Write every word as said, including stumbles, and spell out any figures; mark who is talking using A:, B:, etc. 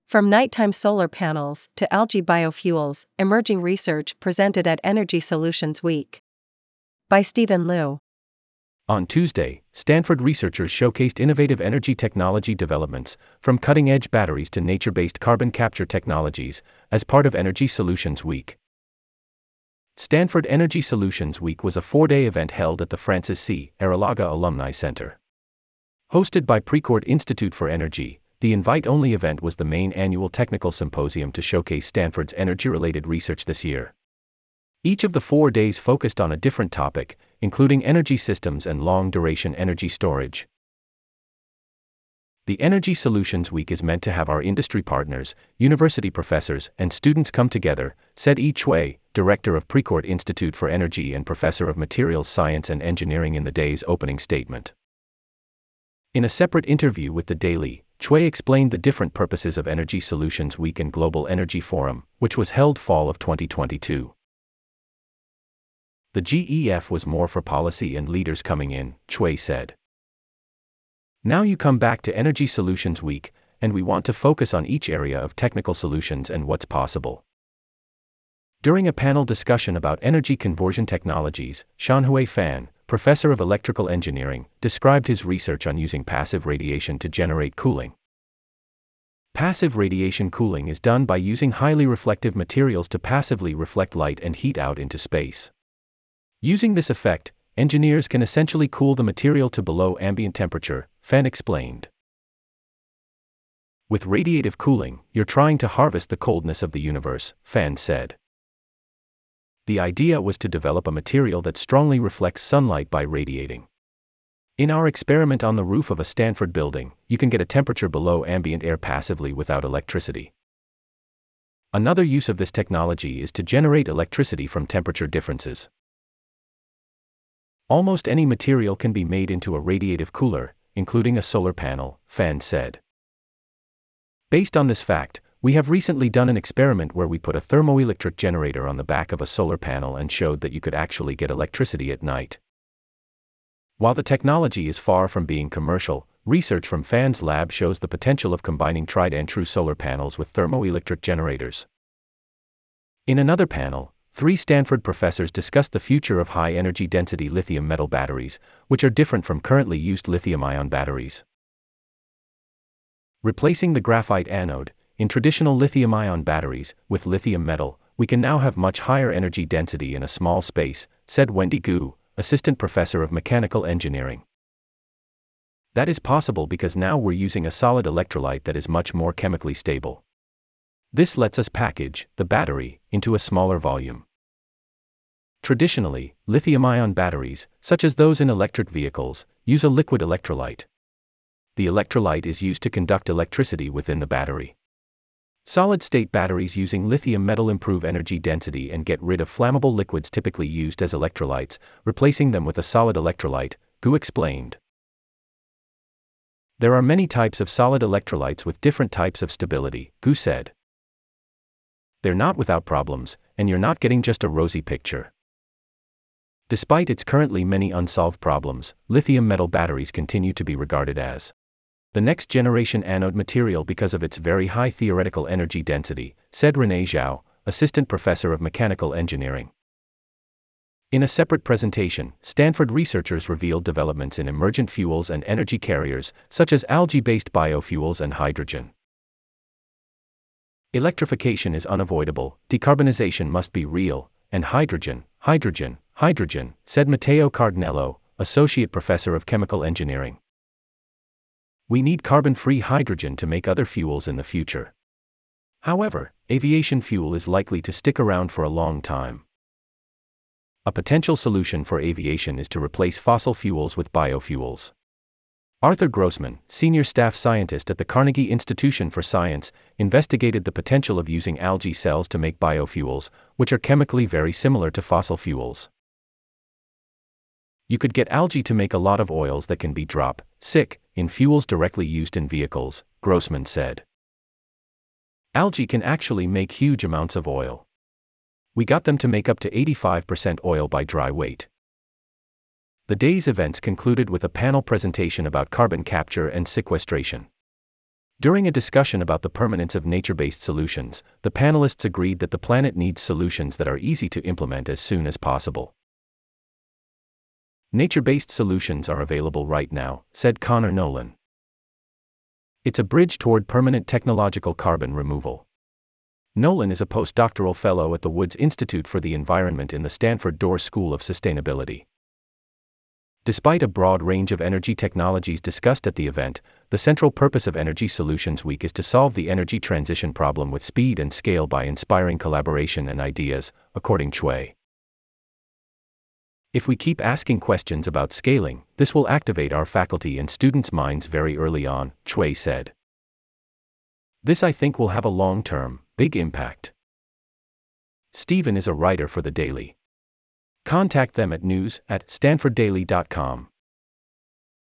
A: From nighttime solar panels to algae biofuels, emerging research presented at Energy Solutions Week. By Stephen Liu.
B: On Tuesday, Stanford researchers showcased innovative energy technology developments, from cutting-edge batteries to nature-based carbon capture technologies, as part of Energy Solutions Week. Stanford Energy Solutions Week was a four-day event held at the Francis C. Arrillaga Alumni Center. Hosted by Precourt Institute for Energy, the invite-only event was the main annual technical symposium to showcase Stanford's energy-related research this year. Each of the four days focused on a different topic, including energy systems and long-duration energy storage. The Energy Solutions Week is meant to have our industry partners, university professors, and students come together, said Yi Chui, director of Precourt Institute for Energy and professor of Materials Science and Engineering in the day's opening statement. In a separate interview with The Daily, Chui explained the different purposes of Energy Solutions Week and Global Energy Forum, which was held fall of twenty twenty-two. The G E F was more for policy and leaders coming in, Chui said. Now you come back to Energy Solutions Week, and we want to focus on each area of technical solutions and what's possible. During a panel discussion about energy conversion technologies, Shanhui Fan, professor of electrical engineering, described his research on using passive radiation to generate cooling. Passive radiation cooling is done by using highly reflective materials to passively reflect light and heat out into space. Using this effect, engineers can essentially cool the material to below ambient temperature, Fan explained. With radiative cooling, you're trying to harvest the coldness of the universe, Fan said. The idea was to develop a material that strongly reflects sunlight by radiating. In our experiment on the roof of a Stanford building, you can get a temperature below ambient air passively without electricity. Another use of this technology is to generate electricity from temperature differences. Almost any material can be made into a radiative cooler, including a solar panel, Fan said. Based on this fact, we have recently done an experiment where we put a thermoelectric generator on the back of a solar panel and showed that you could actually get electricity at night. While the technology is far from being commercial, research from Fan's lab shows the potential of combining tried and true solar panels with thermoelectric generators. In another panel, three Stanford professors discussed the future of high-energy density lithium metal batteries, which are different from currently used lithium-ion batteries. Replacing the graphite anode, in traditional lithium-ion batteries, with lithium metal, we can now have much higher energy density in a small space, said Wendy Gu, assistant professor of mechanical engineering. That is possible because now we're using a solid electrolyte that is much more chemically stable. This lets us package the battery into a smaller volume. Traditionally, lithium-ion batteries, such as those in electric vehicles, use a liquid electrolyte. The electrolyte is used to conduct electricity within the battery. Solid-state batteries using lithium metal improve energy density and get rid of flammable liquids typically used as electrolytes, replacing them with a solid electrolyte, Gu explained. There are many types of solid electrolytes with different types of stability, Gu said. They're not without problems, and you're not getting just a rosy picture. Despite its currently many unsolved problems, lithium metal batteries continue to be regarded as the next generation anode material because of its very high theoretical energy density, said Renee Zhao, assistant professor of mechanical engineering. In a separate presentation, Stanford researchers revealed developments in emergent fuels and energy carriers, such as algae-based biofuels and hydrogen. Electrification is unavoidable, decarbonization must be real, and hydrogen, hydrogen, hydrogen, said Matteo Cardinello, associate professor of chemical engineering. We need carbon-free hydrogen to make other fuels in the future. However, aviation fuel is likely to stick around for a long time. A potential solution for aviation is to replace fossil fuels with biofuels. Arthur Grossman, senior staff scientist at the Carnegie Institution for Science, investigated the potential of using algae cells to make biofuels, which are chemically very similar to fossil fuels. You could get algae to make a lot of oils that can be drop, sick, in fuels directly used in vehicles, Grossman said. Algae can actually make huge amounts of oil. We got them to make up to eighty-five percent oil by dry weight. The day's events concluded with a panel presentation about carbon capture and sequestration. During a discussion about the permanence of nature-based solutions, the panelists agreed that the planet needs solutions that are easy to implement as soon as possible. Nature-based solutions are available right now, said Connor Nolan. It's a bridge toward permanent technological carbon removal. Nolan is a postdoctoral fellow at the Woods Institute for the Environment in the Stanford Doerr School of Sustainability. Despite a broad range of energy technologies discussed at the event, the central purpose of Energy Solutions Week is to solve the energy transition problem with speed and scale by inspiring collaboration and ideas, according to Chui. If we keep asking questions about scaling, this will activate our faculty and students' minds very early on, Chui said. This I think will have a long-term, big impact. Stephen is a writer for The Daily. Contact them at news at stanford daily dot com.